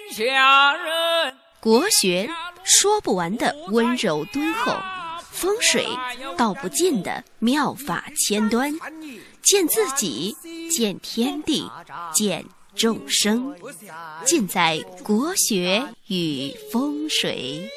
下人。 国学说不完的温柔敦厚，风水道不尽的妙法千端，见自己，见天地，见众生，尽在国学与风水。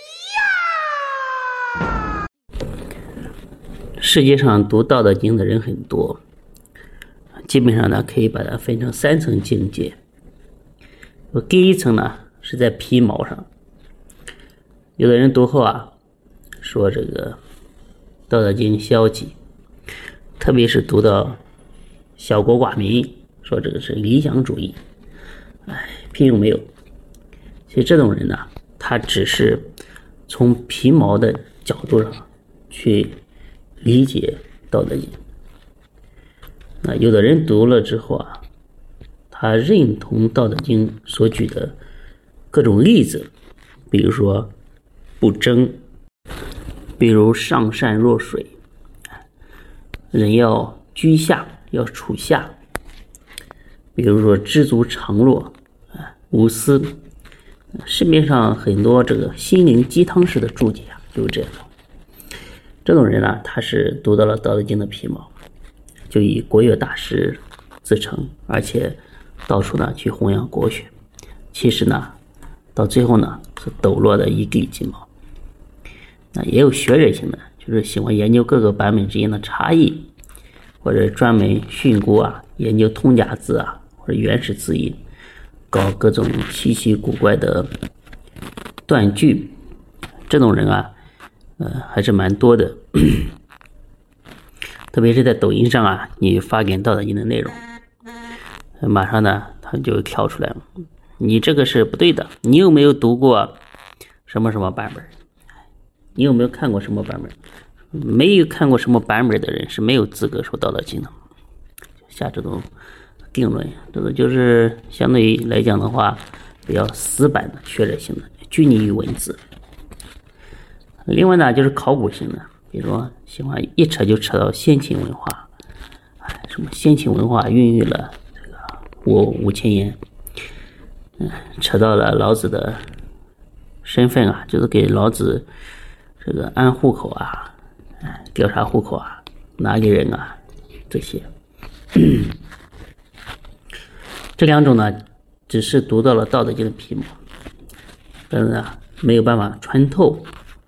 世界上读《道德经》的人很多，基本上呢可以把它分成3层境界。第一层呢是在皮毛上，有的人读后说这个《道德经》消极，特别是读到小国寡民，说这个是理想主义，屁用没有。其实这种人呢，他只是从皮毛的角度上去理解《道德经》。那有的人读了之后他认同《道德经》所举的各种例子，比如说不争，比如上善若水，人要居下，要处下，比如说知足常乐，无私。市面上很多这个心灵鸡汤式的注解就是这样。这种人呢，他是读到了《道德经》的皮毛，就以国学大师自称，而且到处呢去弘扬国学。其实呢，到最后呢是抖落的一地鸡毛。那也有学者型的，就是喜欢研究各个版本之间的差异，或者专门训诂研究通假字或者原始字音，搞各种稀奇古怪的断句。这种人还是蛮多的。特别是在抖音上你发给《道德经》的内容，马上呢他就跳出来了，你这个是不对的，你有没有读过什么什么版本，你有没有看过什么版本？没有看过什么版本的人是没有资格说《道德经》的。下这种定论，这个就是相对于来讲的话比较死板的学者性的，拘泥于文字。另外呢就是考古型的，比如说喜欢一扯就扯到先秦文化，什么先秦文化孕育了这个5000年，扯到了老子的身份就是给老子这个安户口调查户口哪里人这些。这两种呢只是读到了《道德经》的皮毛，但是没有办法穿透，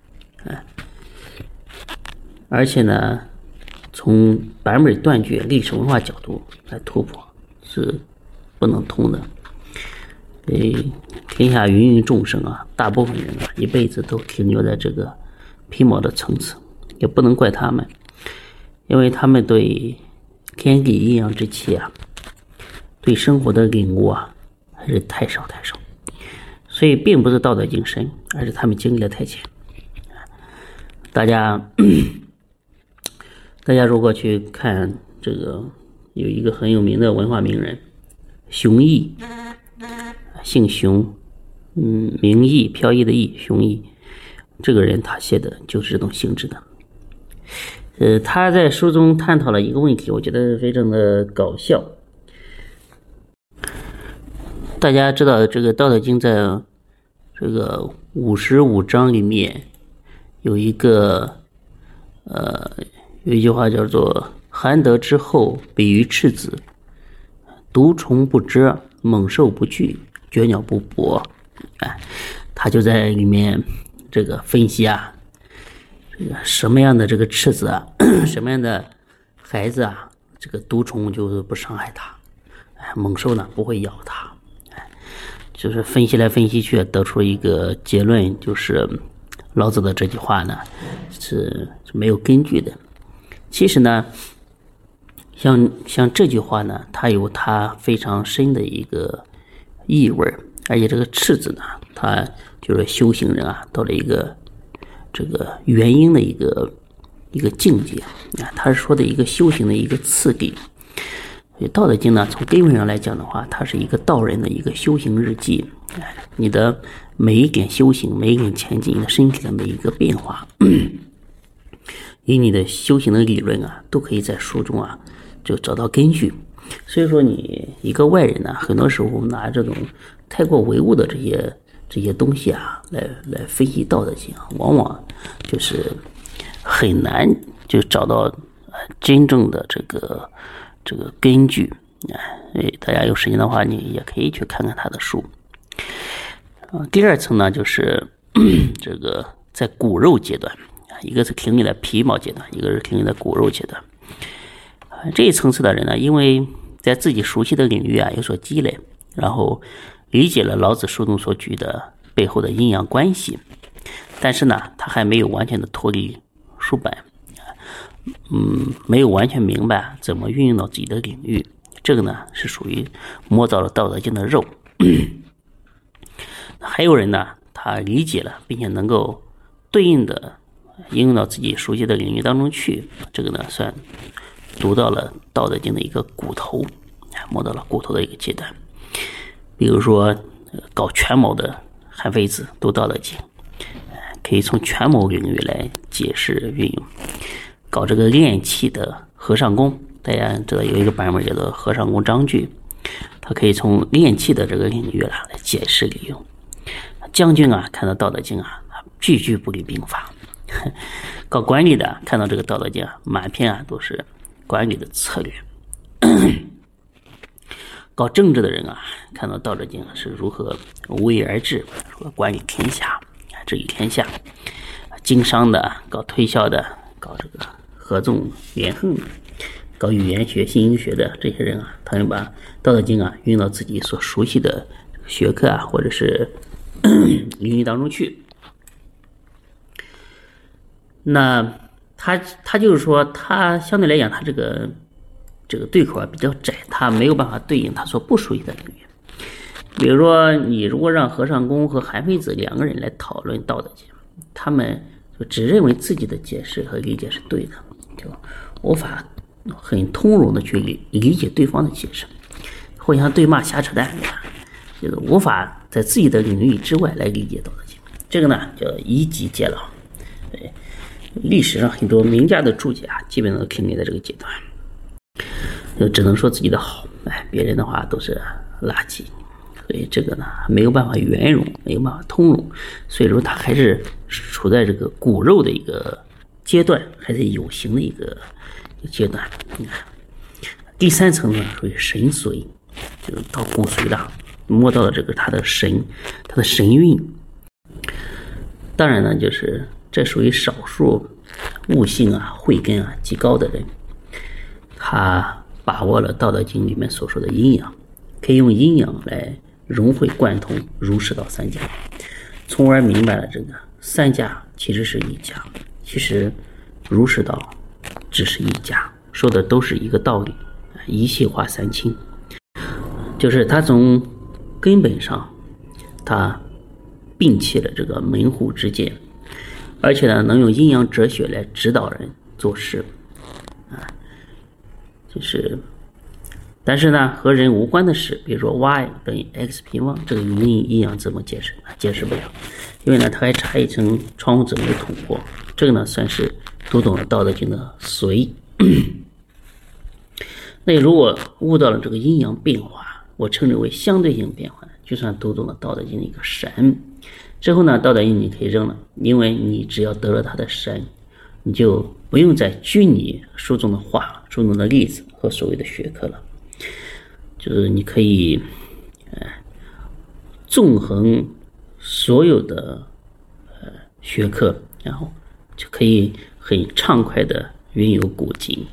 而且呢从版本断句历史文化角度来突破是不能通的。天下芸芸众生大部分人一辈子都停留在这个皮毛的层次，也不能怪他们，因为他们对天地阴阳之气对生活的领悟还是太少，所以并不是《道德经》深，而是他们经历的太浅。大家如果去看这个，有一个很有名的文化名人熊毅，姓熊，名毅，飘逸的逸，熊毅。这个人他写的就是这种性质的。他在书中探讨了一个问题，我觉得非常的搞笑。大家知道这个《道德经》在这个55章里面有一个有一句话叫做含德之后，比于赤子，毒虫不蛰，猛兽不惧，绝鸟不搏。他就在里面这个分析这个什么样的这个赤子什么样的孩子这个毒虫就是不伤害他，猛兽呢不会咬他。就是分析来分析去得出一个结论，就是老子的这句话呢是没有根据的。其实呢像这句话呢，它有它非常深的一个意味，而且这个赤子呢，它就是修行人到了一个这个元婴的一个境界他是说的一个修行的一个次第。所以《道德经》呢，从根本上来讲的话，它是一个道人的一个修行日记。你的每一点修行，每一点前进，你的身体的每一个变化，以你的修行的理论都可以在书中就找到根据。所以说你一个外人呢，很多时候拿这种太过唯物的这些东西啊，来分析《道德经》，往往就是很难就找到真正的这个根据。大家有时间的话，你也可以去看看他的书。第二层呢，就是这个在骨肉阶段，一个是停留在皮毛阶段，一个是停留在骨肉阶段。这一层次的人呢，因为在自己熟悉的领域啊有所积累，然后理解了老子书中所举的背后的阴阳关系，但是呢，他还没有完全的脱离书本，没有完全明白怎么运用到自己的领域。这个呢是属于摸到了《道德经》的肉。还有人呢，他理解了，并且能够对应的应用到自己熟悉的领域当中去，这个呢算读到了《道德经》的一个骨头，摸到了骨头的一个阶段。比如说搞权谋的韩非子读《道德经》，可以从权谋领域来解释运用。搞这个炼器的和尚公，大家知道有一个版本叫做和尚公章句，他可以从炼器的这个领域来解释利用。将军啊，看到《道德经》啊，句句不离兵法。搞管理的看到这个《道德经》啊，满篇啊都是管理的策略。搞政治的人啊，看到《道德经》是如何无为而治，如何管理天下，治理天下。经商的、搞推销的、搞这个合纵连横的、搞语言学、新英学的这些人啊，他们把《道德经》啊运用到自己所熟悉的学科啊，或者是领域当中去。那他就是说，他相对来讲，他这个对口啊比较窄，他没有办法对应他所不熟悉的领域。比如说，你如果让和尚公和韩非子两个人来讨论《道德经》，他们就只认为自己的解释和理解是对的，就无法很通融的去理解对方的解释，互相对骂瞎扯淡，对吧？就是无法在自己的领域之外来理解《道德经》。这个呢叫一己解劳。历史上很多名家的注解啊，基本上都停留在这个阶段，就只能说自己的好，别人的话都是垃圾。所以这个呢没有办法圆融，没有办法通融，所以说他还是处在这个骨肉的一个阶段，还是有形的一个阶段。第三层呢属于神髓，就是到骨髓了，摸到了这个他的神韵。当然呢，就是这属于少数悟性啊、慧根啊极高的人，他把握了《道德经》里面所说的阴阳，可以用阴阳来融会贯通儒释道三家，从而明白了这个三家其实是一家，其实儒释道只是一家，说的都是一个道理，一气化三清。就是他从根本上他摒弃了这个门户之见，而且呢能用阴阳哲学来指导人做事但是呢和人无关的事，比如说 y 等于 x 平方，这个阴阳怎么解释？解释不了，因为呢它还差一层窗户纸没捅破。这个呢算是读懂了《道德经》的髓。那如果悟到了这个阴阳变化，我称之为相对性变化，就算读懂了《道德经》的一个神。之后呢，《道德经》你可以扔了，因为你只要得了它的神，你就不用再拘泥书中的话、书中的例子和所谓的学科了。就是你可以纵横所有的学科，然后就可以很畅快的云游古今。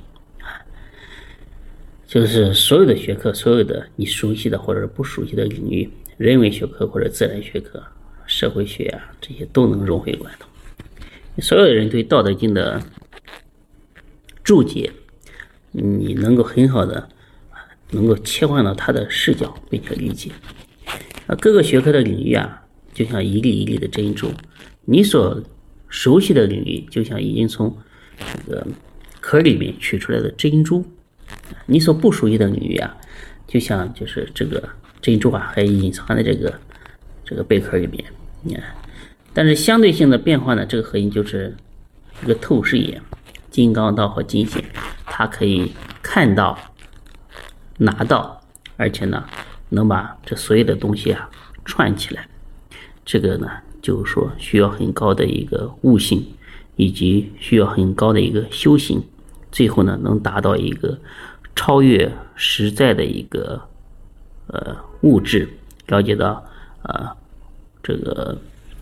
就是所有的学科，所有的你熟悉的或者是不熟悉的领域，人文学科或者自然学科、社会学啊，这些都能融会贯通。所有的人对《道德经》的注解，你能够很好的能够切换到他的视角并且理解。各个学科的领域啊，就像一粒一粒的珍珠，你所熟悉的领域就像已经从这个壳里面取出来的珍珠，你所不熟悉的领域啊，就像就是这个珍珠啊还隐藏在这个贝壳里面。但是相对性的变化呢，这个核心就是这个透视眼，金刚道和金线，它可以看到、拿到，而且呢能把这所有的东西啊串起来。这个呢，就是说需要很高的一个悟性，以及需要很高的一个修行，最后呢能达到一个超越实在的一个物质，了解到这个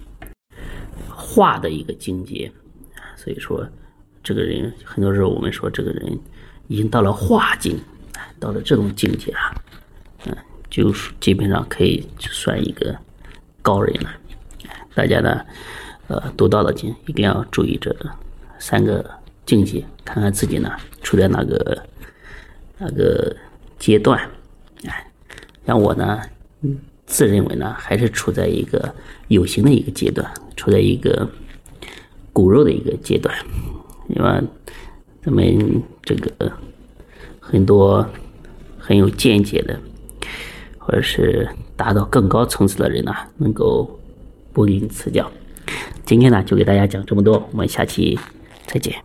化的一个境界。所以说这个人很多时候我们说这个人已经到了化境，到了这种境界就基本上可以算一个高人了。大家呢读道德经一定要注意这3个境界，看看自己呢处在哪个阶段。像我呢自认为呢还是处在一个有形的一个阶段，处在一个骨肉的一个阶段。因为咱们这个很多很有见解的，或者是达到更高层次的人呢，能够不吝赐教。今天呢就给大家讲这么多，我们下期再见。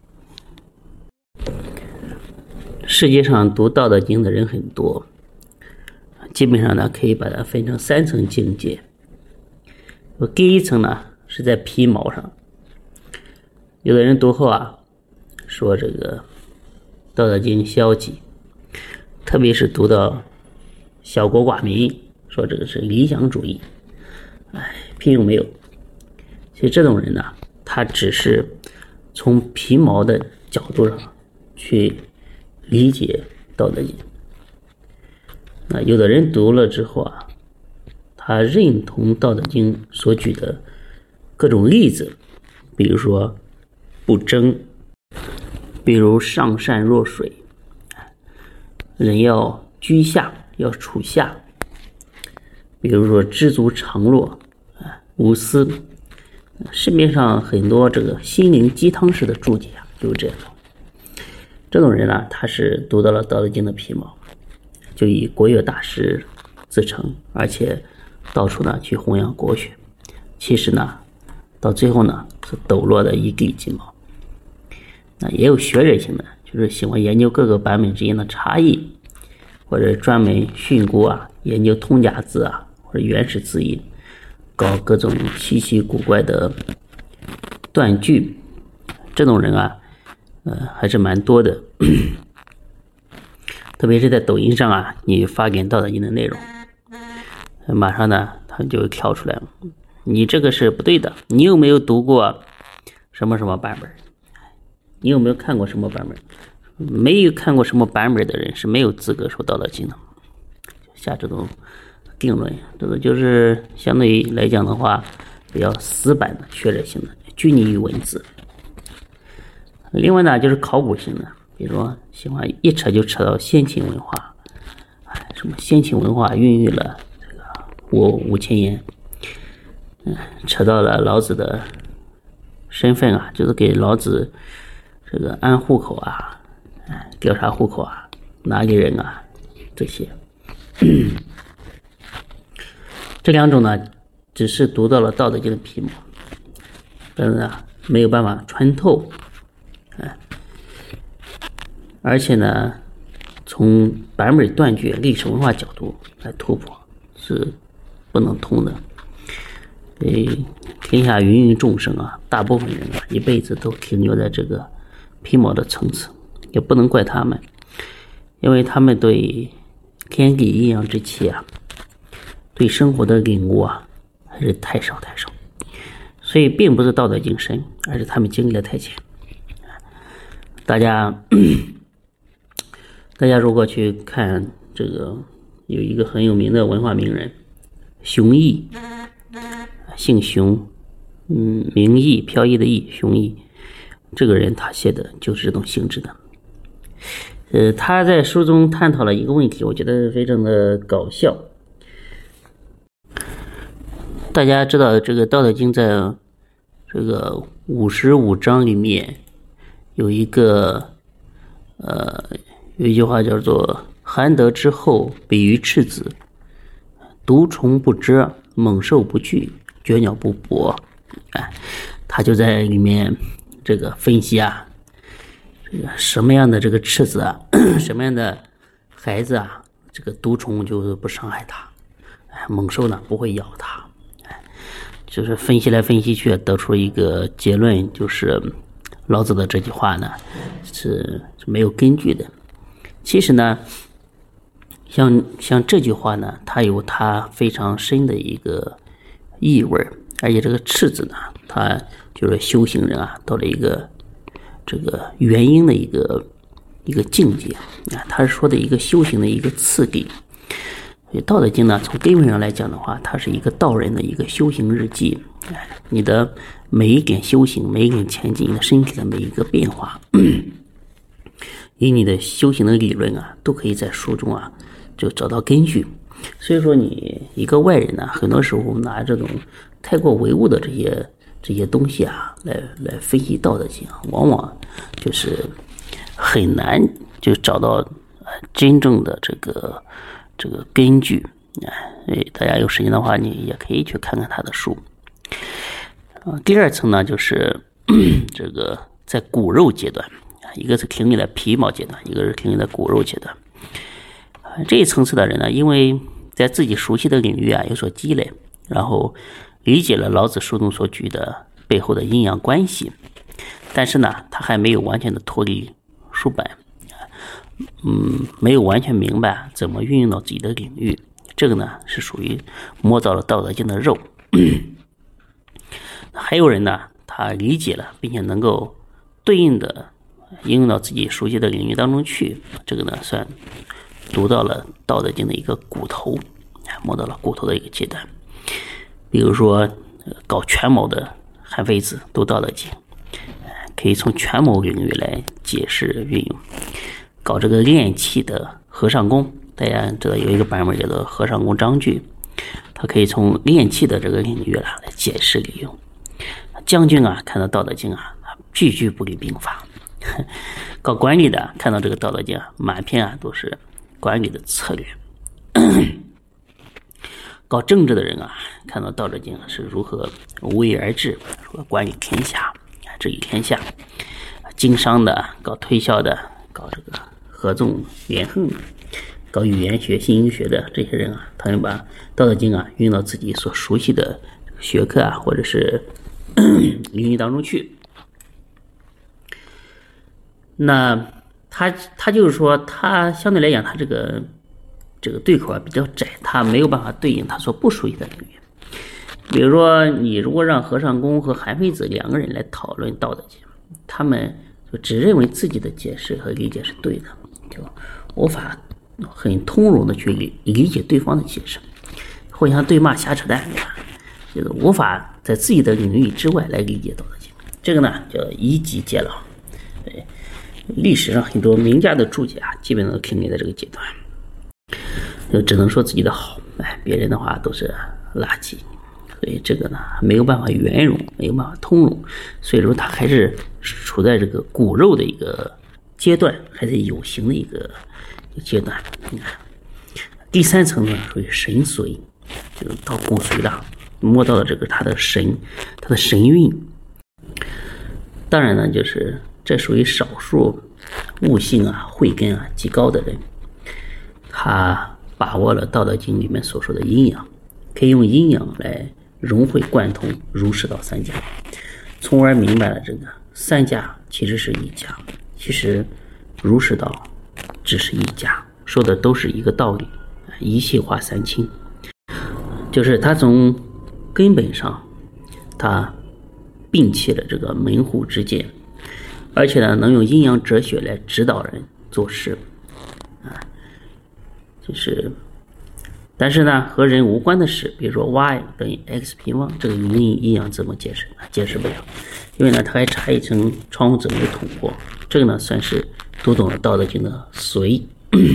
世界上读道德经的人很多，基本上呢可以把它分成3层境界。第一层呢是在皮毛上，有的人读后说这个道德经消极，特别是读到小国寡民，说这个是理想主义，屁用没有。其实这种人呢，他只是从皮毛的角度上去理解道德经。有的人读了之后他认同道德经所举的各种例子，比如说不争，比如上善若水，人要居下，要处下，比如说知足常乐，无私。市面上很多这个心灵鸡汤式的注解就是这样。这种人呢，他是读到了道德经的皮毛，就以国学大师自称，而且到处呢去弘扬国学。其实呢到最后呢是抖落的一地鸡毛。也有学者型的，就是喜欢研究各个版本之间的差异，或者专门训诂研究通假字或者原始字音，搞各种稀奇古怪的断句。这种人还是蛮多的。特别是在抖音上你发给道德经的内容，马上呢他就跳出来了，你这个是不对的，你有没有读过什么什么版本，你有没有看过什么版本？没有看过什么版本的人是没有资格说道德经的。下这种定论，这个就是相对于来讲的话比较死板的学者性的，拘泥于文字。另外呢就是考古型的，比如说喜欢一扯就扯到先秦文化，什么先秦文化孕育了这个5000年，扯到了老子的身份就是给老子这个安户口调查户口拿给人这些。这2种呢只是读到了道德经的皮毛，但是没有办法穿透，而且呢从版本断句历史文化角度来突破是不能通的。天下芸芸众生大部分人一辈子都停留在这个皮毛的层次，也不能怪他们，因为他们对天地阴阳之气对生活的领悟还是太少，所以并不是道德经深，而是他们经历的太浅。大家如果去看这个，有一个很有名的文化名人熊毅，姓熊，名毅，飘逸的逸，熊毅。这个人他写的就是这种性质的。他在书中探讨了一个问题，我觉得非常的搞笑。大家知道这个道德经在这个55章里面有一个有一句话叫做含德之后，比于赤子，毒虫不蛰，猛兽不惧，绝鸟不搏。他就在里面这个分析这个什么样的这个赤子什么样的孩子这个毒虫就是不伤害他， 猛兽呢不会咬它。就是分析来分析去，得出一个结论，就是老子的这句话呢是没有根据的。其实呢，像这句话呢，它有它非常深的一个意味，而且这个赤子呢，它就是修行人啊，到了一个这个元婴的一个境界啊，它是说的一个修行的一个次第。所以《道德经》呢，从根本上来讲的话，它是一个道人的一个修行日记。你的每一点修行，每一点前进，你的身体的每一个变化，以你的修行的理论啊，都可以在书中啊就找到根据。所以说，你一个外人呢，很多时候拿这种太过唯物的这些东西啊，来分析《道德经》，往往就是很难就找到真正的这个根据。大家有时间的话，你也可以去看看他的书。第二层呢，就是这个在骨肉阶段，一个是停留在皮毛阶段，一个是停留在骨肉阶段。这一层次的人呢，因为在自己熟悉的领域啊有所积累，然后理解了老子书中所举的背后的阴阳关系，但是呢，他还没有完全的脱离书本，没有完全明白怎么运用到自己的领域。这个呢是属于摸到了《道德经》的肉。还有人呢，他理解了，并且能够对应的应用到自己熟悉的领域当中去，这个呢算读到了《道德经》的一个骨头，摸到了骨头的一个阶段。比如说搞权谋的韩非子读《道德经》，可以从权谋领域来解释运用。搞这个炼器的和尚公，大家知道有一个版本叫做和尚公章句，他可以从炼器的这个领域来解释利用。将军啊，看到《道德经》啊，句句不离兵法。搞管理的看到这个《道德经》啊，满篇啊都是管理的策略。搞政治的人啊，看到《道德经》啊是如何无为而治，如何管理天下，治理天下。经商的、搞推销的、搞这个合纵连横的、搞语言学、心理学的这些人啊，他们把《道德经》啊运到自己所熟悉的学科啊，或者是领域当中去。那他就是说，他相对来讲，他这个对口啊比较窄，他没有办法对应他所不属于的领域。比如说，你如果让和尚公和韩非子两个人来讨论《道德经》，他们就只认为自己的解释和理解是对的，就无法很通融的去理解对方的解释，互相对骂瞎扯淡，就是无法在自己的领域之外来理解《道德经》。这个呢叫以己解劳。历史上很多名家的注解啊，基本上都停留在这个阶段，就只能说自己的好，别人的话都是垃圾。所以这个呢没有办法圆融，没有办法通融，所以说他还是处在这个骨肉的一个阶段，还是有形的一个阶段。第三层呢属于神髓，就是到骨髓了，摸到了这个他的神韵。当然呢，就是这属于少数悟性啊、慧根啊极高的人，他把握了《道德经》里面所说的阴阳，可以用阴阳来融会贯通儒释道三家，从而明白了这个三家其实是一家，其实儒释道只是一家，说的都是一个道理，一气化三清。就是他从根本上他摒弃了这个门户之见，而且呢能用阴阳哲学来指导人做事就是但是呢和人无关的事，比如说 y 等于 x 平方，这个阴阳怎么解释？解释不了，因为呢它还差一层窗户纸没有捅破。这个呢算是读懂了《道德经》的髓。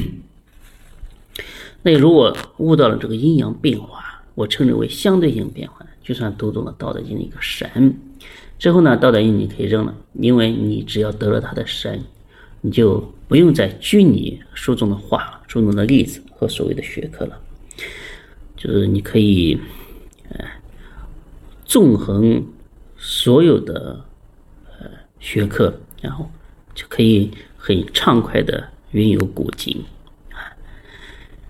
那如果悟到了这个阴阳变化，我称之为相对性变化，就算读懂了《道德经》的一个神。之后呢，《道德经》你可以扔了，因为你只要得了它的神，你就不用再拘泥书中的话、书中的例子和所谓的学科了。就是你可以纵横所有的学科，然后就可以很畅快的云游古今。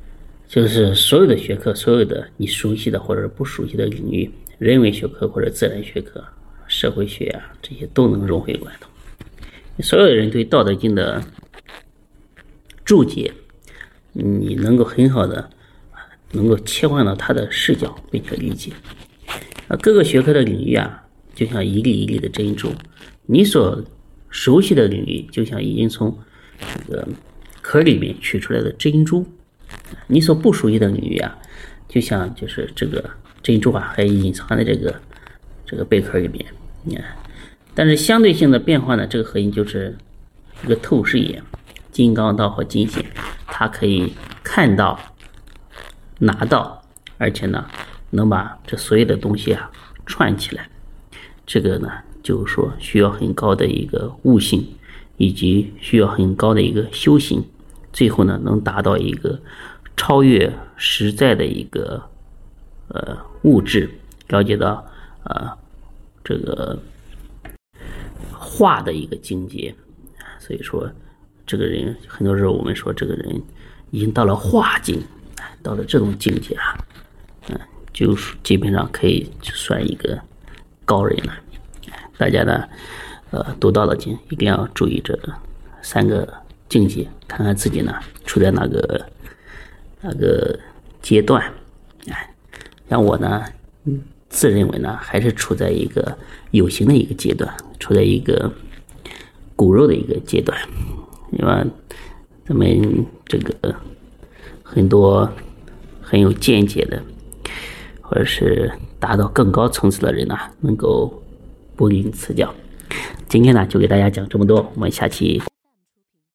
就是所有的学科，所有的你熟悉的或者是不熟悉的领域，人文学科或者自然学科、社会学啊，这些都能融会贯通。所有的人对《道德经》的注解，你能够很好的能够切换到他的视角并且理解。各个学科的领域啊，就像一粒一粒的珍珠，你所熟悉的领域就像已经从这个壳里面取出来的珍珠，你所不熟悉的领域啊，就像就是这个珍珠啊还隐藏在这个贝壳里面。但是相对性的变化呢，这个核心就是一个透视眼，金刚道和金线，它可以看到、拿到，而且呢能把这所有的东西啊串起来。这个呢就是说需要很高的一个悟性，以及需要很高的一个修行，最后呢能达到一个超越实在的一个物质，了解到这个化的一个境界。所以说这个人很多时候我们说这个人已经到了化境，到了这种境界啊，就基本上可以算一个高人了。大家呢读道德经一定要注意这3个境界，看看自己呢处在哪个阶段。像我呢自认为呢还是处在一个有形的一个阶段，处在一个骨肉的一个阶段。因为咱们这个很多很有见解的或者是达到更高层次的人呢，能够不吝赐教。今天呢就给大家讲这么多，我们下期